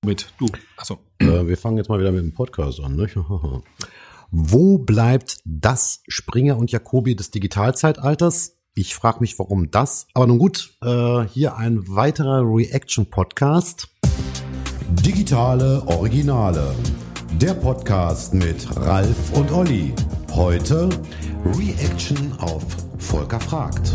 Wir fangen jetzt mal wieder mit dem Podcast an. Ne? Wo bleibt das Springer und Jacoby des Digitalzeitalters? Ich frage mich, warum das. Aber nun gut, hier ein weiterer Reaction-Podcast. Digitale Originale. Der Podcast mit Ralf und Olli. Heute Reaction auf Volker fragt.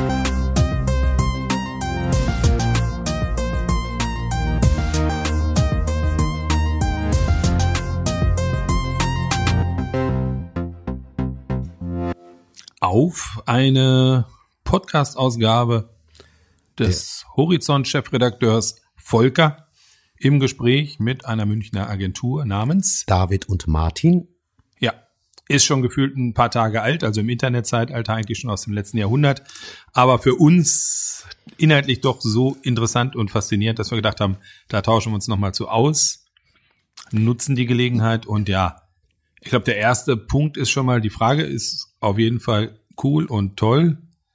Auf eine Podcast-Ausgabe des Horizont-Chefredakteurs Volker im Gespräch mit einer Münchner Agentur namens David und Martin. Ja, ist schon gefühlt ein paar Tage alt, also im Internetzeitalter eigentlich schon aus dem letzten Jahrhundert, aber für uns inhaltlich doch so interessant und faszinierend, dass wir gedacht haben, da tauschen wir uns nochmal zu aus, nutzen die Gelegenheit und ja, ich glaube, der erste Punkt ist schon mal, die Frage ist auf jeden Fall cool und toll.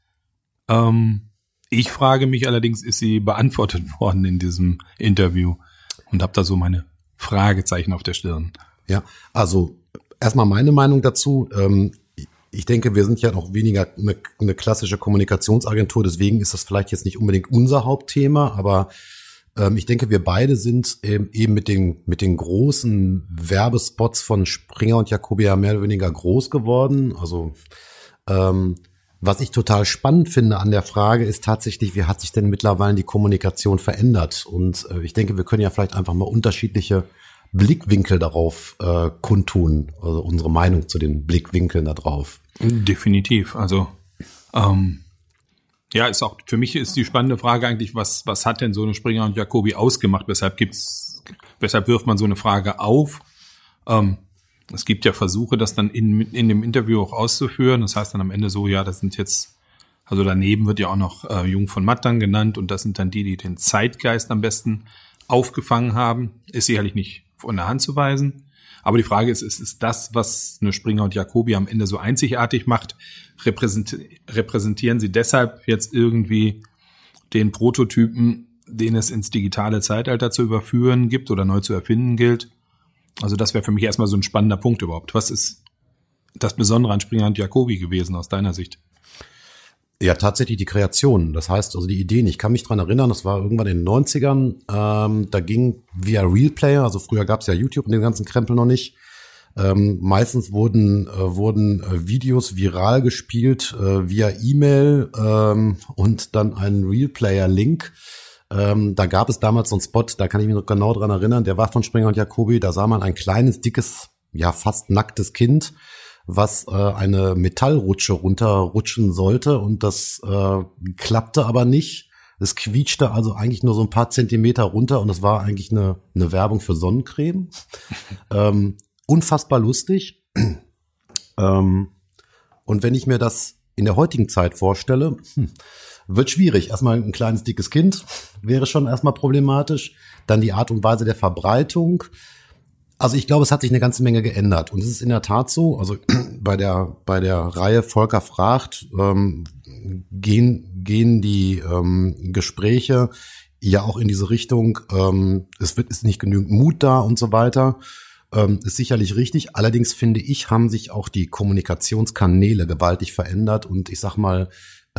Ich frage mich allerdings, ist sie beantwortet worden in diesem Interview und habe da so meine Fragezeichen auf der Stirn. Ja, also erstmal meine Meinung dazu. Ich denke, wir sind ja noch weniger eine klassische Kommunikationsagentur, deswegen ist das vielleicht jetzt nicht unbedingt unser Hauptthema, aber ich denke, wir beide sind eben mit den großen Werbespots von Springer und Jacoby ja mehr oder weniger groß geworden. Also was ich total spannend finde an der Frage ist tatsächlich, wie hat sich denn mittlerweile die Kommunikation verändert? Und ich denke, wir können ja vielleicht einfach mal unterschiedliche Blickwinkel darauf kundtun, also unsere Meinung zu den Blickwinkeln da drauf. Definitiv. Also ja, ist auch für mich ist die spannende Frage eigentlich, was hat denn so eine Springer und Jacoby ausgemacht? Weshalb wirft man so eine Frage auf? Es gibt ja Versuche, das dann in dem Interview auch auszuführen. Das heißt dann am Ende so, ja, das sind jetzt, also daneben wird ja auch noch Jung von Matt dann genannt und das sind dann die den Zeitgeist am besten aufgefangen haben. Ist sicherlich nicht von der Hand zu weisen. Aber die Frage ist das, was eine Springer und Jacoby am Ende so einzigartig macht, repräsentieren sie deshalb jetzt irgendwie den Prototypen, den es ins digitale Zeitalter zu überführen gibt oder neu zu erfinden gilt? Also das wäre für mich erstmal so ein spannender Punkt überhaupt. Was ist das Besondere an Springer und Jacoby gewesen aus deiner Sicht? Ja, tatsächlich die Kreation. Das heißt, also die Ideen. Ich kann mich dran erinnern, das war irgendwann in den 90ern. Da ging via Real Player, also früher gab es ja YouTube und den ganzen Krempel noch nicht. Meistens wurden Videos viral gespielt via E-Mail und dann einen Real Player Link. Da gab es damals so einen Spot, da kann ich mich noch genau dran erinnern, der war von Springer und Jacoby. Da sah man ein kleines, dickes, ja fast nacktes Kind, was eine Metallrutsche runterrutschen sollte und das klappte aber nicht. Es quietschte also eigentlich nur so ein paar Zentimeter runter und es war eigentlich eine Werbung für Sonnencreme. Unfassbar lustig. Und wenn ich mir das in der heutigen Zeit vorstelle, wird schwierig. Erstmal ein kleines, dickes Kind wäre schon erstmal problematisch. Dann die Art und Weise der Verbreitung. Also ich glaube, es hat sich eine ganze Menge geändert. Und es ist in der Tat so, also bei der Reihe Volker fragt, gehen die Gespräche ja auch in diese Richtung, ist nicht genügend Mut da und so weiter. Ist sicherlich richtig. Allerdings finde ich, haben sich auch die Kommunikationskanäle gewaltig verändert. Und ich sag mal,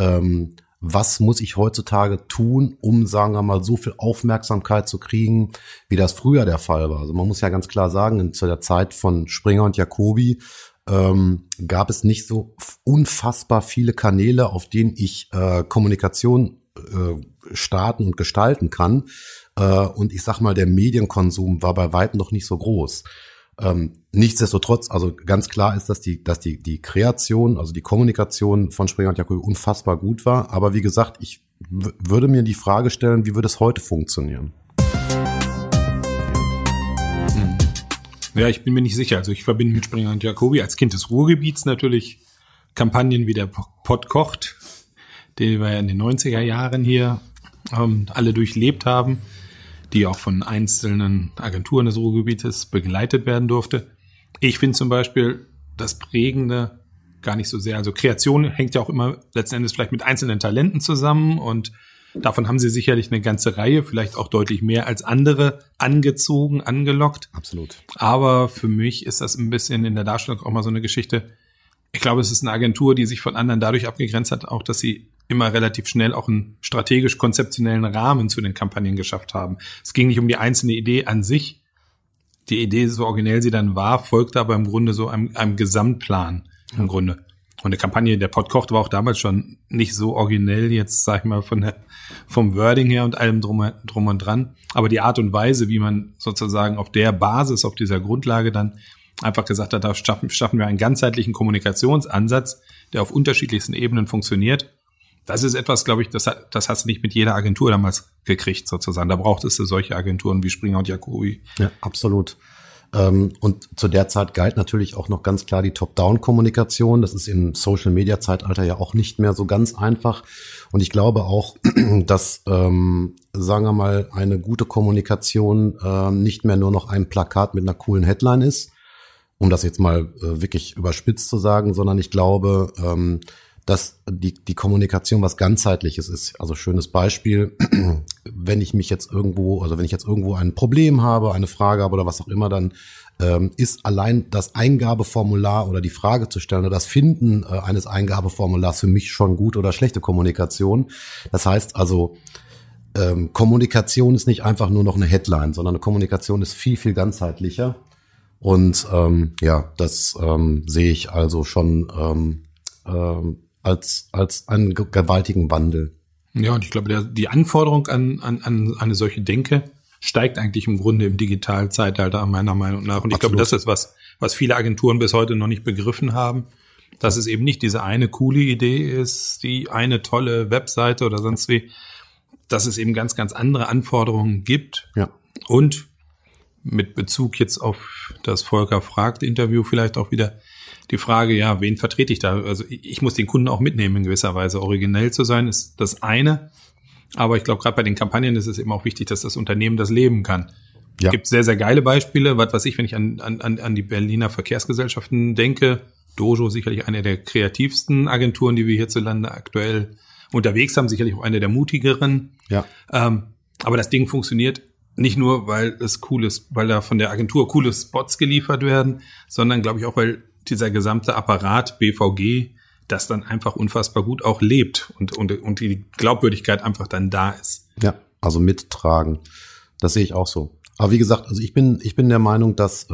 was muss ich heutzutage tun, um, sagen wir mal, so viel Aufmerksamkeit zu kriegen, wie das früher der Fall war. Also man muss ja ganz klar sagen, zu der Zeit von Springer und Jacoby gab es nicht so unfassbar viele Kanäle, auf denen ich Kommunikation starten und gestalten kann. Und ich sag mal, der Medienkonsum war bei weitem noch nicht so groß. Nichtsdestotrotz, also ganz klar ist, dass die Kreation, also die Kommunikation von Springer und Jacoby unfassbar gut war. Aber wie gesagt, ich würde mir die Frage stellen, wie würde es heute funktionieren? Ja, ich bin mir nicht sicher. Also ich verbinde mit Springer und Jacoby als Kind des Ruhrgebiets natürlich Kampagnen wie der Pott kocht, den wir ja in den 90er Jahren hier alle durchlebt haben, die auch von einzelnen Agenturen des Ruhrgebietes begleitet werden durfte. Ich finde zum Beispiel das Prägende gar nicht so sehr, also Kreation hängt ja auch immer letzten Endes vielleicht mit einzelnen Talenten zusammen und Davon haben sie sicherlich eine ganze Reihe, vielleicht auch deutlich mehr als andere angezogen, angelockt. Absolut. Aber für mich ist das ein bisschen in der Darstellung auch mal so eine Geschichte. Ich glaube, es ist eine Agentur, die sich von anderen dadurch abgegrenzt hat, auch dass sie immer relativ schnell auch einen strategisch-konzeptionellen Rahmen zu den Kampagnen geschafft haben. Es ging nicht um die einzelne Idee an sich. Die Idee, so originell sie dann war, folgte aber im Grunde so einem Gesamtplan im Grunde. Und die Kampagne der Pott kocht war auch damals schon nicht so originell, jetzt sag ich mal vom Wording her und allem drum und dran. Aber die Art und Weise, wie man sozusagen auf der Basis, auf dieser Grundlage dann einfach gesagt hat, da schaffen wir einen ganzheitlichen Kommunikationsansatz, der auf unterschiedlichsten Ebenen funktioniert. Das ist etwas, glaube ich, das hast du nicht mit jeder Agentur damals gekriegt, sozusagen. Da braucht es solche Agenturen wie Springer und Jacobi. Ja, absolut. Und zu der Zeit galt natürlich auch noch ganz klar die Top-Down-Kommunikation. Das ist im Social-Media-Zeitalter ja auch nicht mehr so ganz einfach. Und ich glaube auch, dass, sagen wir mal, eine gute Kommunikation nicht mehr nur noch ein Plakat mit einer coolen Headline ist, um das jetzt mal wirklich überspitzt zu sagen, sondern ich glaube, dass die Kommunikation was Ganzheitliches ist. Also schönes Beispiel, wenn ich jetzt irgendwo ein Problem habe, eine Frage habe oder was auch immer, dann ist allein das Eingabeformular oder die Frage zu stellen oder das Finden eines Eingabeformulars für mich schon gute oder schlechte Kommunikation. Das heißt also, Kommunikation ist nicht einfach nur noch eine Headline, sondern eine Kommunikation ist viel, viel ganzheitlicher. Und das sehe ich also schon als einen gewaltigen Wandel. Ja, und ich glaube, die Anforderung an eine solche Denke steigt eigentlich im Grunde im digitalen Zeitalter meiner Meinung nach. Und ich glaube, das ist was viele Agenturen bis heute noch nicht begriffen haben, dass es eben nicht diese eine coole Idee ist, die eine tolle Webseite oder sonst wie, dass es eben ganz, ganz andere Anforderungen gibt. Ja. Und mit Bezug jetzt auf das Volker fragt Interview vielleicht auch wieder die Frage, ja, wen vertrete ich da? Also ich muss den Kunden auch mitnehmen in gewisser Weise. Originell zu sein ist das eine. Aber ich glaube, gerade bei den Kampagnen ist es eben auch wichtig, dass das Unternehmen das leben kann. Ja. Es gibt sehr, sehr geile Beispiele. Was weiß ich, wenn ich an die Berliner Verkehrsgesellschaften denke, Dojo sicherlich eine der kreativsten Agenturen, die wir hierzulande aktuell unterwegs haben, sicherlich auch eine der mutigeren. Ja. Aber das Ding funktioniert nicht nur, weil es cool ist, weil da von der Agentur coole Spots geliefert werden, sondern glaube ich auch, weil dieser gesamte Apparat BVG das dann einfach unfassbar gut auch lebt und die Glaubwürdigkeit einfach dann da ist. Ja, also mittragen. Das sehe ich auch so. Aber wie gesagt, also ich bin der Meinung, dass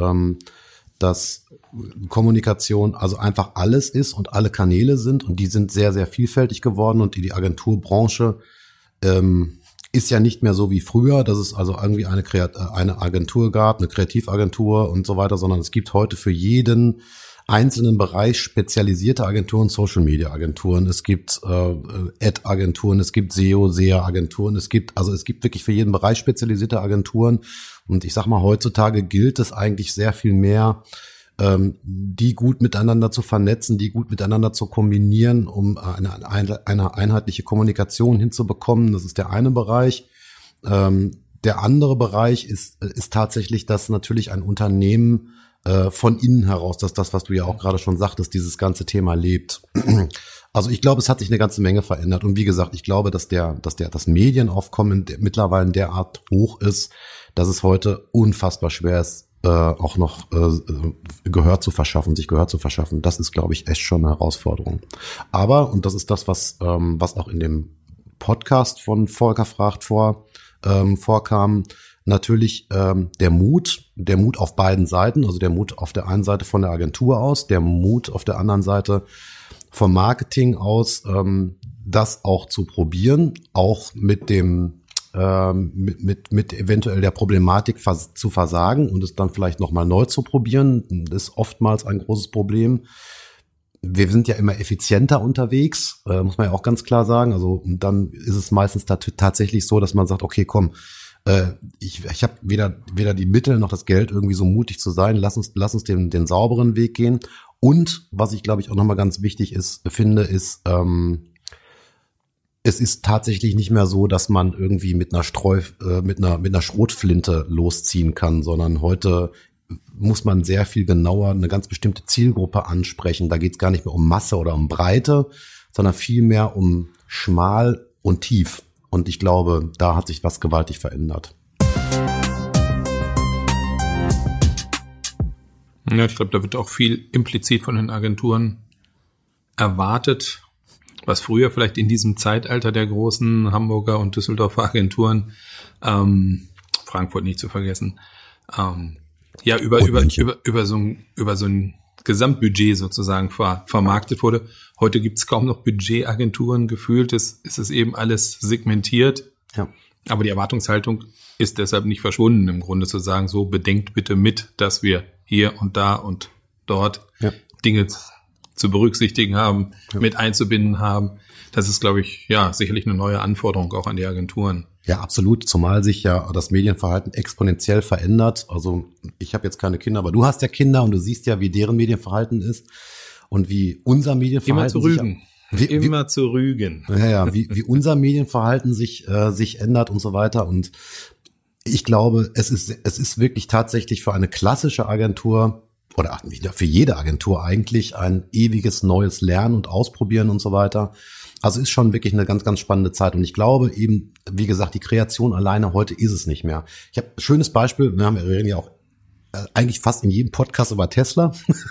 Kommunikation also einfach alles ist und alle Kanäle sind und die sind sehr, sehr vielfältig geworden und die Agenturbranche ist ja nicht mehr so wie früher, dass es also irgendwie eine Agentur gab, eine Kreativagentur und so weiter, sondern es gibt heute für jeden einzelnen Bereich spezialisierte Agenturen, Social-Media-Agenturen, es gibt Ad-Agenturen, es gibt SEO-SEA-Agenturen, es gibt wirklich für jeden Bereich spezialisierte Agenturen und ich sag mal, heutzutage gilt es eigentlich sehr viel mehr, die gut miteinander zu vernetzen, die gut miteinander zu kombinieren, um eine einheitliche Kommunikation hinzubekommen. Das ist der eine Bereich. Der andere Bereich ist tatsächlich, dass natürlich ein Unternehmen von innen heraus, dass das, was du ja auch gerade schon sagtest, dieses ganze Thema lebt. Also ich glaube, es hat sich eine ganze Menge verändert. Und wie gesagt, ich glaube, dass das Medienaufkommen mittlerweile derart hoch ist, dass es heute unfassbar schwer ist, auch noch sich Gehör zu verschaffen. Das ist, glaube ich, echt schon eine Herausforderung. Aber, und das ist das, was auch in dem Podcast von Volker fragt vorkam, natürlich der Mut auf beiden Seiten, also der Mut auf der einen Seite von der Agentur aus, der Mut auf der anderen Seite vom Marketing aus, das auch zu probieren, auch mit dem mit eventuell der Problematik zu versagen und es dann vielleicht nochmal neu zu probieren, ist oftmals ein großes Problem. Wir sind ja immer effizienter unterwegs, muss man ja auch ganz klar sagen. Also dann ist es meistens tatsächlich so, dass man sagt, okay, komm, ich habe weder die Mittel noch das Geld, irgendwie so mutig zu sein. Lass uns den sauberen Weg gehen. Und was ich, glaube ich, auch nochmal ganz wichtig finde, ist, es ist tatsächlich nicht mehr so, dass man irgendwie mit einer Schrotflinte losziehen kann, sondern heute muss man sehr viel genauer eine ganz bestimmte Zielgruppe ansprechen. Da geht es gar nicht mehr um Masse oder um Breite, sondern vielmehr um schmal und tief. Und ich glaube, da hat sich was gewaltig verändert. Ja, ich glaube, da wird auch viel implizit von den Agenturen erwartet, was früher vielleicht in diesem Zeitalter der großen Hamburger und Düsseldorfer Agenturen, Frankfurt nicht zu vergessen, über so ein Gesamtbudget sozusagen vermarktet wurde. Heute gibt es kaum noch Budgetagenturen, gefühlt ist es eben alles segmentiert. Ja. Aber die Erwartungshaltung ist deshalb nicht verschwunden, im Grunde zu sagen, so bedenkt bitte mit, dass wir hier und da und dort Dinge zu berücksichtigen haben, mit einzubinden haben. Das ist, glaube ich, sicherlich eine neue Anforderung auch an die Agenturen. Ja, absolut, zumal sich ja das Medienverhalten exponentiell verändert. Also ich habe jetzt keine Kinder, aber du hast ja Kinder und du siehst ja, wie deren Medienverhalten ist und wie unser Medienverhalten Immer zu rügen. Ja, wie unser Medienverhalten sich ändert und so weiter. Und ich glaube, es ist wirklich tatsächlich für eine klassische Agentur oder für jede Agentur eigentlich ein ewiges neues Lernen und Ausprobieren und so weiter. Also ist schon wirklich eine ganz, ganz spannende Zeit. Und ich glaube eben, wie gesagt, die Kreation alleine heute ist es nicht mehr. Ich habe ein schönes Beispiel, wir reden ja auch eigentlich fast in jedem Podcast über Tesla.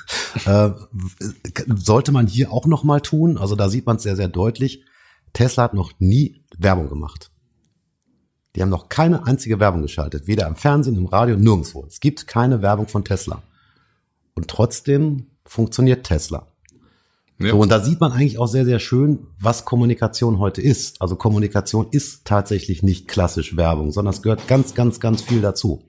Sollte man hier auch noch mal tun. Also da sieht man es sehr, sehr deutlich. Tesla hat noch nie Werbung gemacht. Die haben noch keine einzige Werbung geschaltet. Weder im Fernsehen, im Radio, nirgendwo. Es gibt keine Werbung von Tesla. Und trotzdem funktioniert Tesla. Ja. So, und da sieht man eigentlich auch sehr, sehr schön, was Kommunikation heute ist. Also Kommunikation ist tatsächlich nicht klassisch Werbung, sondern es gehört ganz, ganz, ganz viel dazu.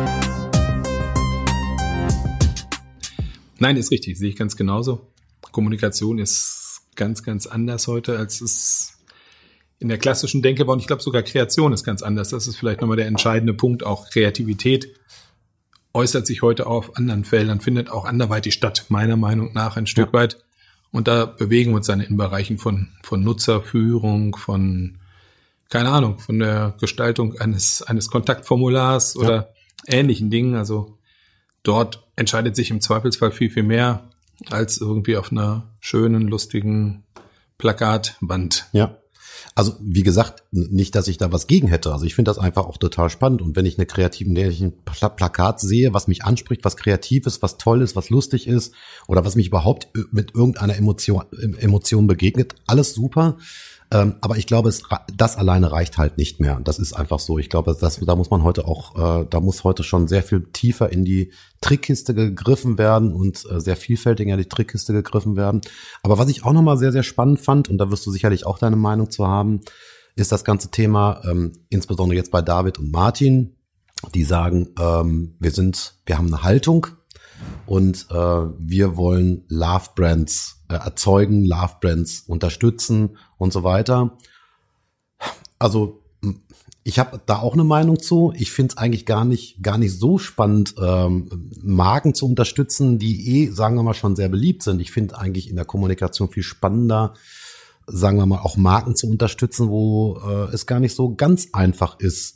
Nein, ist richtig, sehe ich ganz genauso. Kommunikation ist ganz, ganz anders heute, als es in der klassischen Denke war. Und ich glaube, sogar Kreation ist ganz anders. Das ist vielleicht nochmal der entscheidende Punkt. Auch Kreativität äußert sich heute auf anderen Feldern, findet auch anderweitig statt, meiner Meinung nach ein Stück weit. Und da bewegen wir uns dann in Bereichen von Nutzerführung, von, keine Ahnung, von der Gestaltung eines Kontaktformulars oder ähnlichen Dingen. Also dort entscheidet sich im Zweifelsfall viel, viel mehr als irgendwie auf einer schönen, lustigen Plakatwand. Ja. Also wie gesagt, nicht, dass ich da was gegen hätte. Also ich finde das einfach auch total spannend. Und wenn ich eine ein Plakat sehe, was mich anspricht, was kreativ ist, was toll ist, was lustig ist oder was mich überhaupt mit irgendeiner Emotion begegnet, alles super. Aber ich glaube, das alleine reicht halt nicht mehr. Das ist einfach so. Ich glaube, da muss man heute auch, da muss heute schon sehr viel tiefer in die Trickkiste gegriffen werden und sehr vielfältiger in die Trickkiste gegriffen werden. Aber was ich auch nochmal sehr, sehr spannend fand, und da wirst du sicherlich auch deine Meinung zu haben, ist das ganze Thema, insbesondere jetzt bei David und Martin, die sagen, wir haben eine Haltung und wir wollen Love-Brands erzeugen, Love-Brands unterstützen und so weiter. Also ich habe da auch eine Meinung zu. Ich finde es eigentlich gar nicht so spannend, Marken zu unterstützen, die sagen wir mal, schon sehr beliebt sind. Ich finde eigentlich in der Kommunikation viel spannender, sagen wir mal, auch Marken zu unterstützen, wo es gar nicht so ganz einfach ist,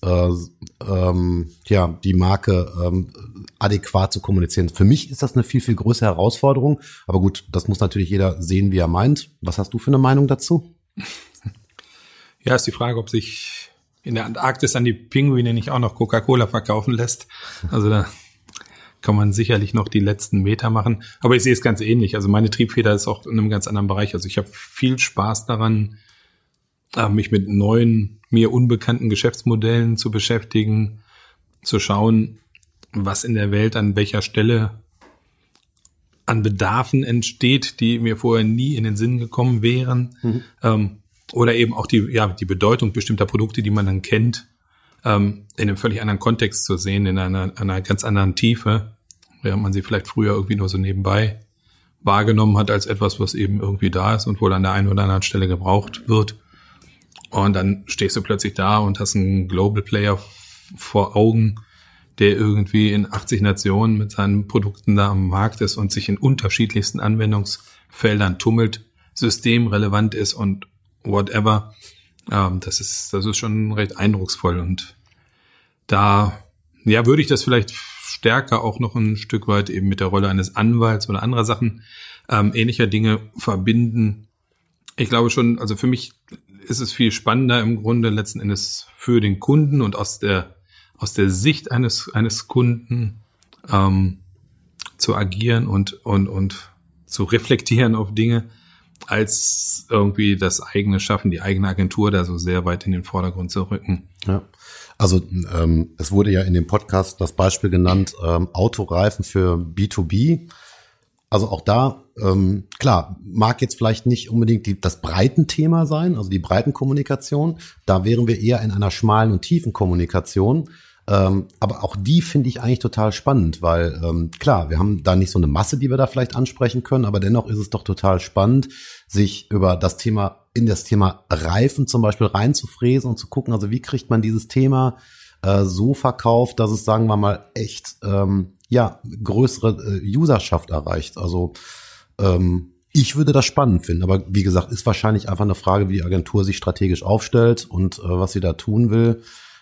die Marke adäquat zu kommunizieren. Für mich ist das eine viel, viel größere Herausforderung. Aber gut, das muss natürlich jeder sehen, wie er meint. Was hast du für eine Meinung dazu? Ja, ist die Frage, ob sich in der Antarktis an die Pinguine nicht auch noch Coca-Cola verkaufen lässt. Also da kann man sicherlich noch die letzten Meter machen. Aber ich sehe es ganz ähnlich. Also meine Triebfeder ist auch in einem ganz anderen Bereich. Also ich habe viel Spaß daran, mich mit neuen, mir unbekannten Geschäftsmodellen zu beschäftigen, zu schauen, was in der Welt an welcher Stelle an Bedarfen entsteht, die mir vorher nie in den Sinn gekommen wären. Oder eben auch die Bedeutung bestimmter Produkte, die man dann kennt, in einem völlig anderen Kontext zu sehen, in einer ganz anderen Tiefe, während man sie vielleicht früher irgendwie nur so nebenbei wahrgenommen hat als etwas, was eben irgendwie da ist und wohl an der einen oder anderen Stelle gebraucht wird. Und dann stehst du plötzlich da und hast einen Global Player vor Augen, der irgendwie in 80 Nationen mit seinen Produkten da am Markt ist und sich in unterschiedlichsten Anwendungsfeldern tummelt, systemrelevant ist und whatever. Das ist schon recht eindrucksvoll. Und da, würde ich das vielleicht stärker auch noch ein Stück weit eben mit der Rolle eines Anwalts oder anderer Sachen, ähnlicher Dinge verbinden. Ich glaube schon, also für mich ist es viel spannender im Grunde letzten Endes für den Kunden und aus der Sicht eines Kunden zu agieren und zu reflektieren auf Dinge, als irgendwie das eigene Schaffen, die eigene Agentur da so sehr weit in den Vordergrund zu rücken. Ja. Also es wurde ja in dem Podcast das Beispiel genannt, Autoreifen für B2B. Also auch da, klar, mag jetzt vielleicht nicht unbedingt das Breitenthema sein, also die Breitenkommunikation. Da wären wir eher in einer schmalen und tiefen Kommunikation. Aber auch die finde ich eigentlich total spannend, weil klar, wir haben da nicht so eine Masse, die wir da vielleicht ansprechen können, aber dennoch ist es doch total spannend, sich über in das Thema Reifen zum Beispiel reinzufräsen und zu gucken, also wie kriegt man dieses Thema so verkauft, dass es, sagen wir mal, echt größere Userschaft erreicht. Also ich würde das spannend finden, aber wie gesagt, ist wahrscheinlich einfach eine Frage, wie die Agentur sich strategisch aufstellt und was sie da tun will.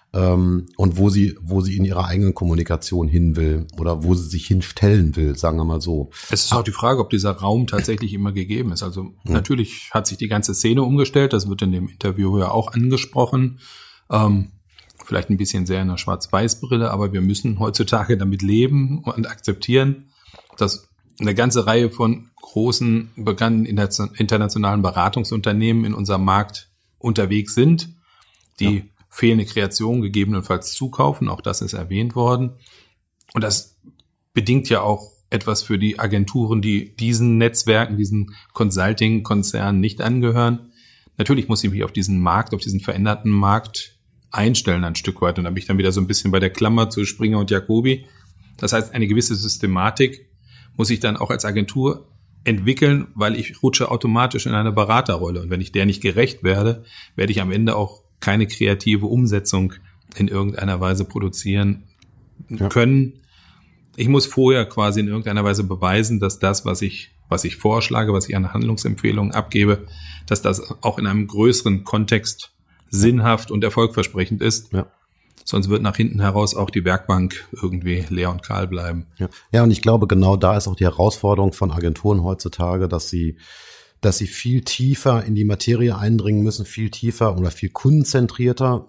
Und wo sie in ihrer eigenen Kommunikation hin will oder wo sie sich hinstellen will, sagen wir mal so. Es ist auch die Frage, ob dieser Raum tatsächlich immer gegeben ist. Also natürlich hat sich die ganze Szene umgestellt, das wird in dem Interview ja auch angesprochen. Vielleicht ein bisschen sehr in der Schwarz-Weiß-Brille, aber wir müssen heutzutage damit leben und akzeptieren, dass eine ganze Reihe von großen, bekannten internationalen Beratungsunternehmen in unserem Markt unterwegs sind, die fehlende Kreation gegebenenfalls zukaufen. Auch das ist erwähnt worden. Und das bedingt ja auch etwas für die Agenturen, die diesen Netzwerken, diesen Consulting-Konzernen nicht angehören. Natürlich muss ich mich auf diesen Markt, auf diesen veränderten Markt einstellen ein Stück weit. Und da bin ich dann wieder so ein bisschen bei der Klammer zu Springer und Jacobi. Das heißt, eine gewisse Systematik muss ich dann auch als Agentur entwickeln, weil ich rutsche automatisch in eine Beraterrolle. Und wenn ich der nicht gerecht werde, werde ich am Ende auch keine kreative Umsetzung in irgendeiner Weise produzieren können. Ich muss vorher quasi in irgendeiner Weise beweisen, dass das, was ich vorschlage, was ich an Handlungsempfehlungen abgebe, dass das auch in einem größeren Kontext sinnhaft und erfolgversprechend ist. Ja. Sonst wird nach hinten heraus auch die Werkbank irgendwie leer und kahl bleiben. Ja, und ich glaube, genau da ist auch die Herausforderung von Agenturen heutzutage, dass sie viel tiefer in die Materie eindringen müssen, viel tiefer oder viel kundenzentrierter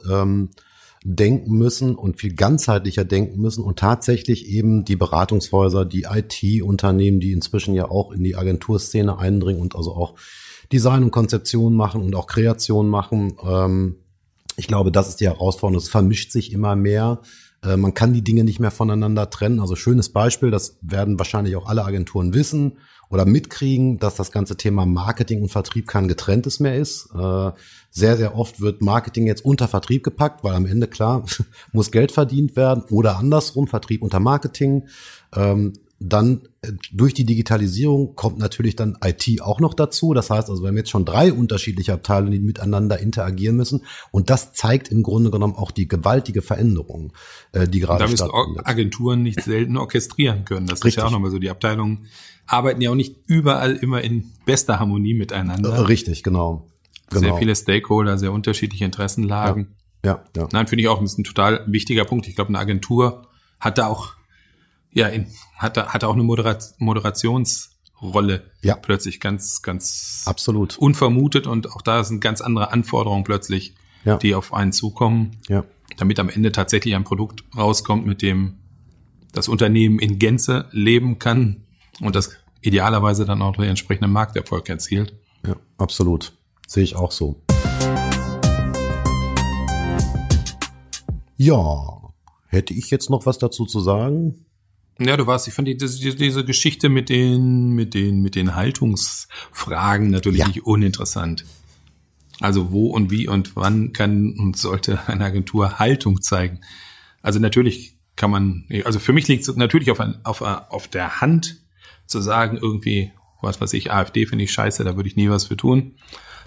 denken müssen und viel ganzheitlicher denken müssen und tatsächlich eben die Beratungshäuser, die IT-Unternehmen, die inzwischen ja auch in die Agenturszene eindringen und also auch Design und Konzeption machen und auch Kreation machen. Ich glaube, das ist die Herausforderung. Es vermischt sich immer mehr. Man kann die Dinge nicht mehr voneinander trennen. Also schönes Beispiel, das werden wahrscheinlich auch alle Agenturen wissen oder mitkriegen, dass das ganze Thema Marketing und Vertrieb kein getrenntes mehr ist. Sehr, sehr oft wird Marketing jetzt unter Vertrieb gepackt, weil am Ende, klar, muss Geld verdient werden oder andersrum, Vertrieb unter Marketing. Dann durch die Digitalisierung kommt natürlich dann IT auch noch dazu. Das heißt also, wir haben jetzt schon 3 unterschiedliche Abteilungen, die miteinander interagieren müssen. Und das zeigt im Grunde genommen auch die gewaltige Veränderung, die gerade stattfindet. Da müssen Agenturen nicht selten orchestrieren können. Das ist ja auch nochmal so. Die Abteilungen arbeiten ja auch nicht überall immer in bester Harmonie miteinander. Richtig, genau. Sehr viele Stakeholder, sehr unterschiedliche Interessenlagen. Ja. Nein, finde ich auch, das ist ein total wichtiger Punkt. Ich glaube, eine Agentur hat da auch hat auch eine Moderationsrolle plötzlich ganz absolut unvermutet, und auch da sind ganz andere Anforderungen plötzlich, die auf einen zukommen, damit am Ende tatsächlich ein Produkt rauskommt, mit dem das Unternehmen in Gänze leben kann und das idealerweise dann auch den entsprechenden Markterfolg erzielt. Ja, absolut. Sehe ich auch so. Ja, hätte ich jetzt noch was dazu zu sagen? Ja, ich fand diese Geschichte mit den Haltungsfragen natürlich nicht uninteressant. Also wo und wie und wann kann und sollte eine Agentur Haltung zeigen? Also natürlich kann man, also für mich liegt es natürlich auf der Hand zu sagen, irgendwie, was weiß ich, AfD finde ich scheiße, da würde ich nie was für tun.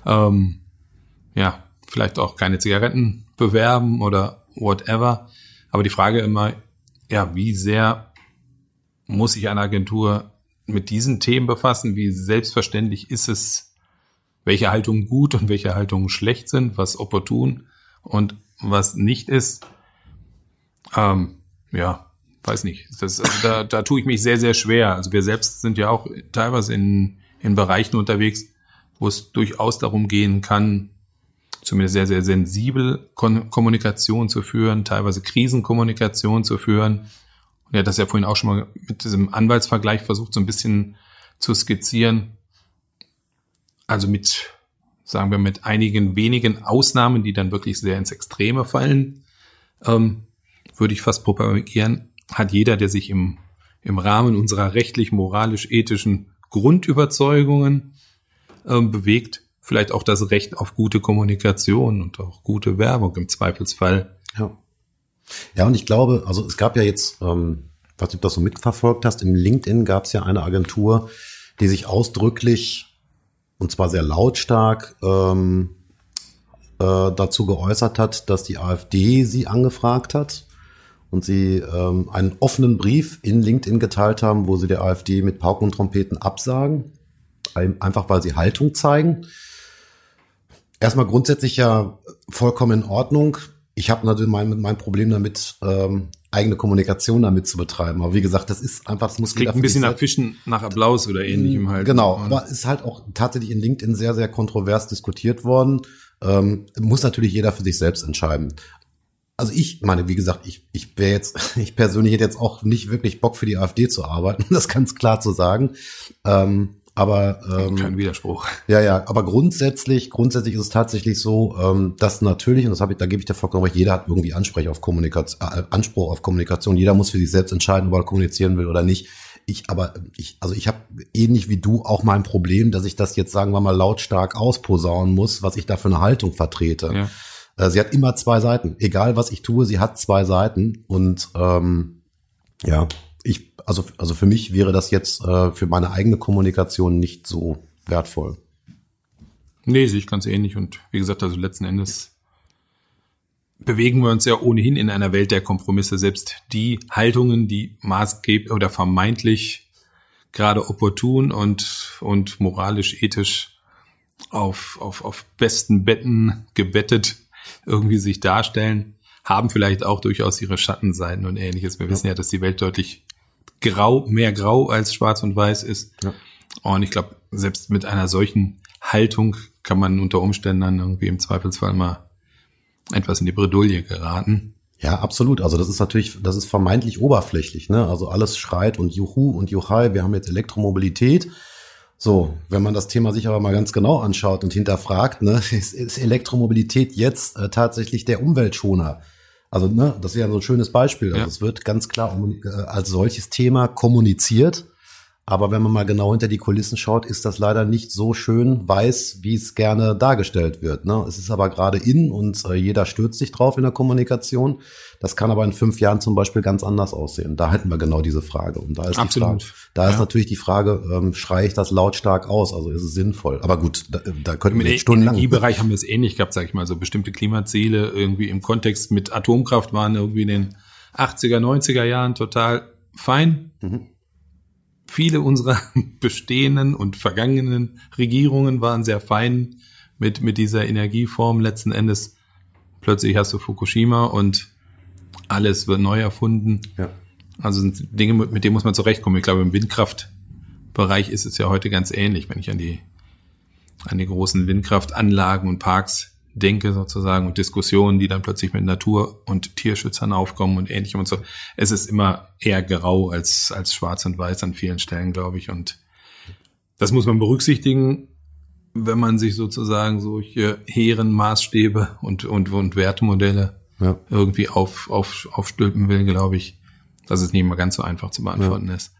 Vielleicht auch keine Zigaretten bewerben oder whatever. Aber die Frage immer, wie sehr muss sich eine Agentur mit diesen Themen befassen? Wie selbstverständlich ist es, welche Haltungen gut und welche Haltungen schlecht sind, was opportun und was nicht ist? Weiß nicht. Da tue ich mich sehr, sehr schwer. Also wir selbst sind ja auch teilweise in Bereichen unterwegs, wo es durchaus darum gehen kann, zumindest sehr, sehr sensibel Kommunikation zu führen, teilweise Krisenkommunikation zu führen. Und er hat das ja vorhin auch schon mal mit diesem Anwaltsvergleich versucht, so ein bisschen zu skizzieren. Also sagen wir, mit einigen wenigen Ausnahmen, die dann wirklich sehr ins Extreme fallen, würde ich fast propagieren, hat jeder, der sich im Rahmen unserer rechtlich, moralisch, ethischen Grundüberzeugungen bewegt, vielleicht auch das Recht auf gute Kommunikation und auch gute Werbung im Zweifelsfall. Ja, und ich glaube, also es gab ja jetzt, was du das so mitverfolgt hast, im LinkedIn gab es ja eine Agentur, die sich ausdrücklich, und zwar sehr lautstark, dazu geäußert hat, dass die AfD sie angefragt hat und sie einen offenen Brief in LinkedIn geteilt haben, wo sie der AfD mit Pauken und Trompeten absagen, einfach weil sie Haltung zeigen. Erstmal grundsätzlich ja vollkommen in Ordnung. Ich habe natürlich mein Problem damit, eigene Kommunikation damit zu betreiben. Aber wie gesagt, das ist einfach, das muss klingt ein bisschen nach Fischen, nach Applaus oder ähnlichem halt. Genau, aber ist halt auch tatsächlich in LinkedIn sehr, sehr kontrovers diskutiert worden. Muss natürlich jeder für sich selbst entscheiden. Also ich meine, wie gesagt, ich persönlich hätte jetzt auch nicht wirklich Bock für die AfD zu arbeiten, das ganz klar zu sagen. Aber kein Widerspruch. Ja, aber grundsätzlich ist es tatsächlich so, dass natürlich, und da gebe ich dir vollkommen recht, jeder hat irgendwie Anspruch auf Kommunikation. Jeder muss für sich selbst entscheiden, ob er kommunizieren will oder nicht. Ich habe ähnlich wie du auch mal ein Problem, dass ich das jetzt, sagen wir mal, lautstark ausposaunen muss, was ich da für eine Haltung vertrete. Ja. Sie hat immer zwei Seiten. Egal, was ich tue, sie hat zwei Seiten. Und also für mich wäre das jetzt für meine eigene Kommunikation nicht so wertvoll. Nee, sehe ich ganz ähnlich. Und wie gesagt, also letzten Endes bewegen wir uns ja ohnehin in einer Welt der Kompromisse. Selbst die Haltungen, die maßgeblich oder vermeintlich gerade opportun und moralisch, ethisch auf besten Betten gebettet irgendwie sich darstellen, haben vielleicht auch durchaus ihre Schattenseiten und Ähnliches. Wir wissen ja, dass die Welt deutlich mehr grau als schwarz und weiß ist. Ja. Und ich glaube, selbst mit einer solchen Haltung kann man unter Umständen dann irgendwie im Zweifelsfall mal etwas in die Bredouille geraten. Ja, absolut. Also das ist vermeintlich oberflächlich, ne? Also alles schreit und Juhu und Juchai, wir haben jetzt Elektromobilität. So, wenn man das Thema sich aber mal ganz genau anschaut und hinterfragt, ne, ist Elektromobilität jetzt tatsächlich der Umweltschoner? Also, ne, das ist ja so ein schönes Beispiel. Also es wird ganz klar als solches Thema kommuniziert. Aber wenn man mal genau hinter die Kulissen schaut, ist das leider nicht so schön weiß, wie es gerne dargestellt wird. Ne? Es ist aber gerade in und jeder stürzt sich drauf in der Kommunikation. Das kann aber in 5 Jahren zum Beispiel ganz anders aussehen. Da hätten wir genau diese Frage. Und da ist Absolut. ist natürlich die Frage, schreie ich das lautstark aus? Also ist es sinnvoll? Aber gut, da könnten wir stundenlang. Im Energiebereich haben wir es ähnlich gehabt, sag ich mal. So bestimmte Klimaziele irgendwie im Kontext mit Atomkraft waren irgendwie in den 80er, 90er Jahren total fein. Mhm. Viele unserer bestehenden und vergangenen Regierungen waren sehr fein mit dieser Energieform. Letzten Endes plötzlich hast du Fukushima und alles wird neu erfunden. Ja. Also sind Dinge, mit denen muss man zurechtkommen. Ich glaube, im Windkraftbereich ist es ja heute ganz ähnlich, wenn ich an die großen Windkraftanlagen und Parks denke sozusagen und Diskussionen, die dann plötzlich mit Natur- und Tierschützern aufkommen und Ähnlichem und so. Es ist immer eher grau als schwarz und weiß an vielen Stellen, glaube ich. Und das muss man berücksichtigen, wenn man sich sozusagen solche hehren Maßstäbe und Wertemodelle irgendwie aufstülpen will, glaube ich, dass es nicht immer ganz so einfach zu beantworten ist.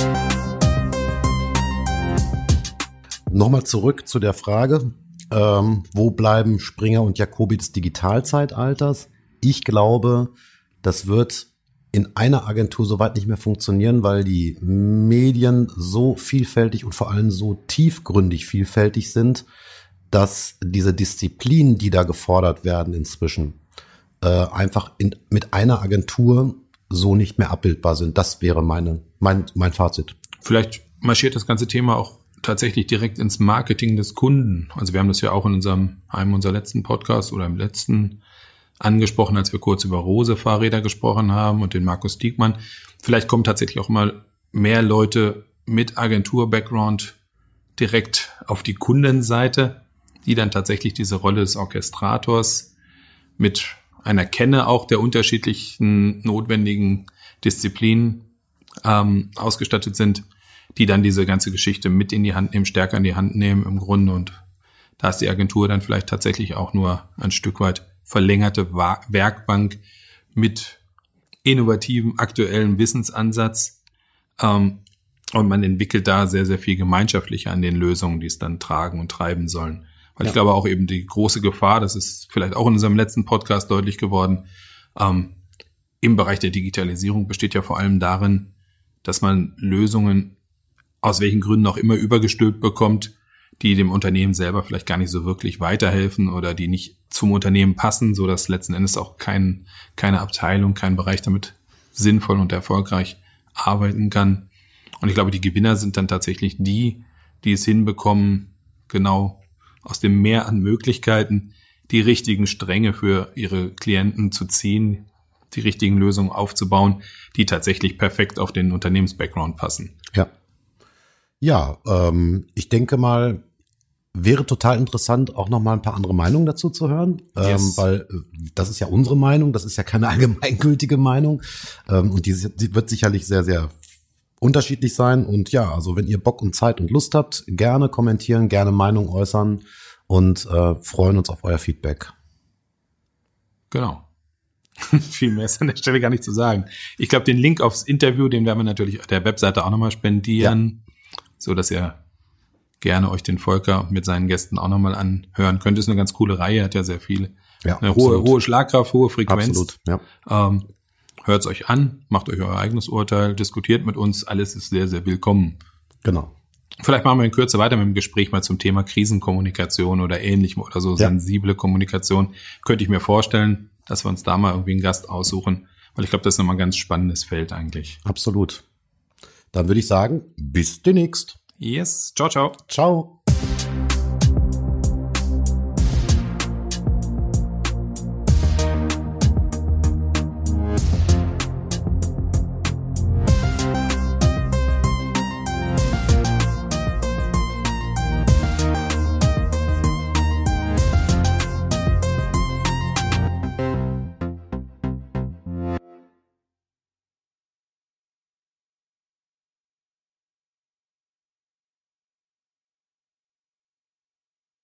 Nochmal zurück zu der Frage, wo bleiben Springer und Jacobi des Digitalzeitalters? Ich glaube, das wird in einer Agentur soweit nicht mehr funktionieren, weil die Medien so vielfältig und vor allem so tiefgründig vielfältig sind, dass diese Disziplinen, die da gefordert werden inzwischen, einfach mit einer Agentur so nicht mehr abbildbar sind. Das wäre mein Fazit. Vielleicht marschiert das ganze Thema auch tatsächlich direkt ins Marketing des Kunden. Also wir haben das ja auch in einem unserer letzten Podcasts oder im letzten angesprochen, als wir kurz über Rose-Fahrräder gesprochen haben und den Markus Diekmann. Vielleicht kommen tatsächlich auch mal mehr Leute mit Agentur-Background direkt auf die Kundenseite. die dann tatsächlich diese Rolle des Orchestrators mit einer Kenne auch der unterschiedlichen notwendigen Disziplinen ausgestattet sind, die dann diese ganze Geschichte mit in die Hand nehmen, stärker in die Hand nehmen im Grunde. Und da ist die Agentur dann vielleicht tatsächlich auch nur ein Stück weit verlängerte Werkbank mit innovativem, aktuellen Wissensansatz. Und man entwickelt da sehr, sehr viel gemeinschaftlicher an den Lösungen, die es dann tragen und treiben sollen. Weil ich glaube auch eben die große Gefahr, das ist vielleicht auch in unserem letzten Podcast deutlich geworden, im Bereich der Digitalisierung besteht ja vor allem darin, dass man Lösungen aus welchen Gründen auch immer übergestülpt bekommt, die dem Unternehmen selber vielleicht gar nicht so wirklich weiterhelfen oder die nicht zum Unternehmen passen, so dass letzten Endes auch keine Abteilung, kein Bereich damit sinnvoll und erfolgreich arbeiten kann. Und ich glaube, die Gewinner sind dann tatsächlich die es hinbekommen, genau aus dem Meer an Möglichkeiten die richtigen Stränge für ihre Klienten zu ziehen, die richtigen Lösungen aufzubauen, die tatsächlich perfekt auf den Unternehmens-Background passen. Ja, ich denke mal, wäre total interessant, auch noch mal ein paar andere Meinungen dazu zu hören, Yes. weil das ist ja unsere Meinung, das ist ja keine allgemeingültige Meinung und die wird sicherlich sehr, sehr unterschiedlich sein. Und ja, also wenn ihr Bock und Zeit und Lust habt, gerne kommentieren, gerne Meinung äußern und freuen uns auf euer Feedback. Genau. Viel mehr ist an der Stelle gar nicht zu sagen. Ich glaube, den Link aufs Interview, den werden wir natürlich auf der Webseite auch nochmal spendieren, so dass ihr gerne euch den Volker mit seinen Gästen auch nochmal anhören könnt. Ist eine ganz coole Reihe, hat ja sehr viel. Ja, eine hohe Schlagkraft, hohe Frequenz. Absolut, ja. Hört es euch an, macht euch euer eigenes Urteil, diskutiert mit uns, alles ist sehr, sehr willkommen. Genau. Vielleicht machen wir in Kürze weiter mit dem Gespräch mal zum Thema Krisenkommunikation oder ähnlichem oder so sensible Kommunikation. Könnte ich mir vorstellen, dass wir uns da mal irgendwie einen Gast aussuchen, weil ich glaube, das ist nochmal ein ganz spannendes Feld eigentlich. Absolut. Dann würde ich sagen, bis demnächst. Yes, ciao, ciao. Ciao.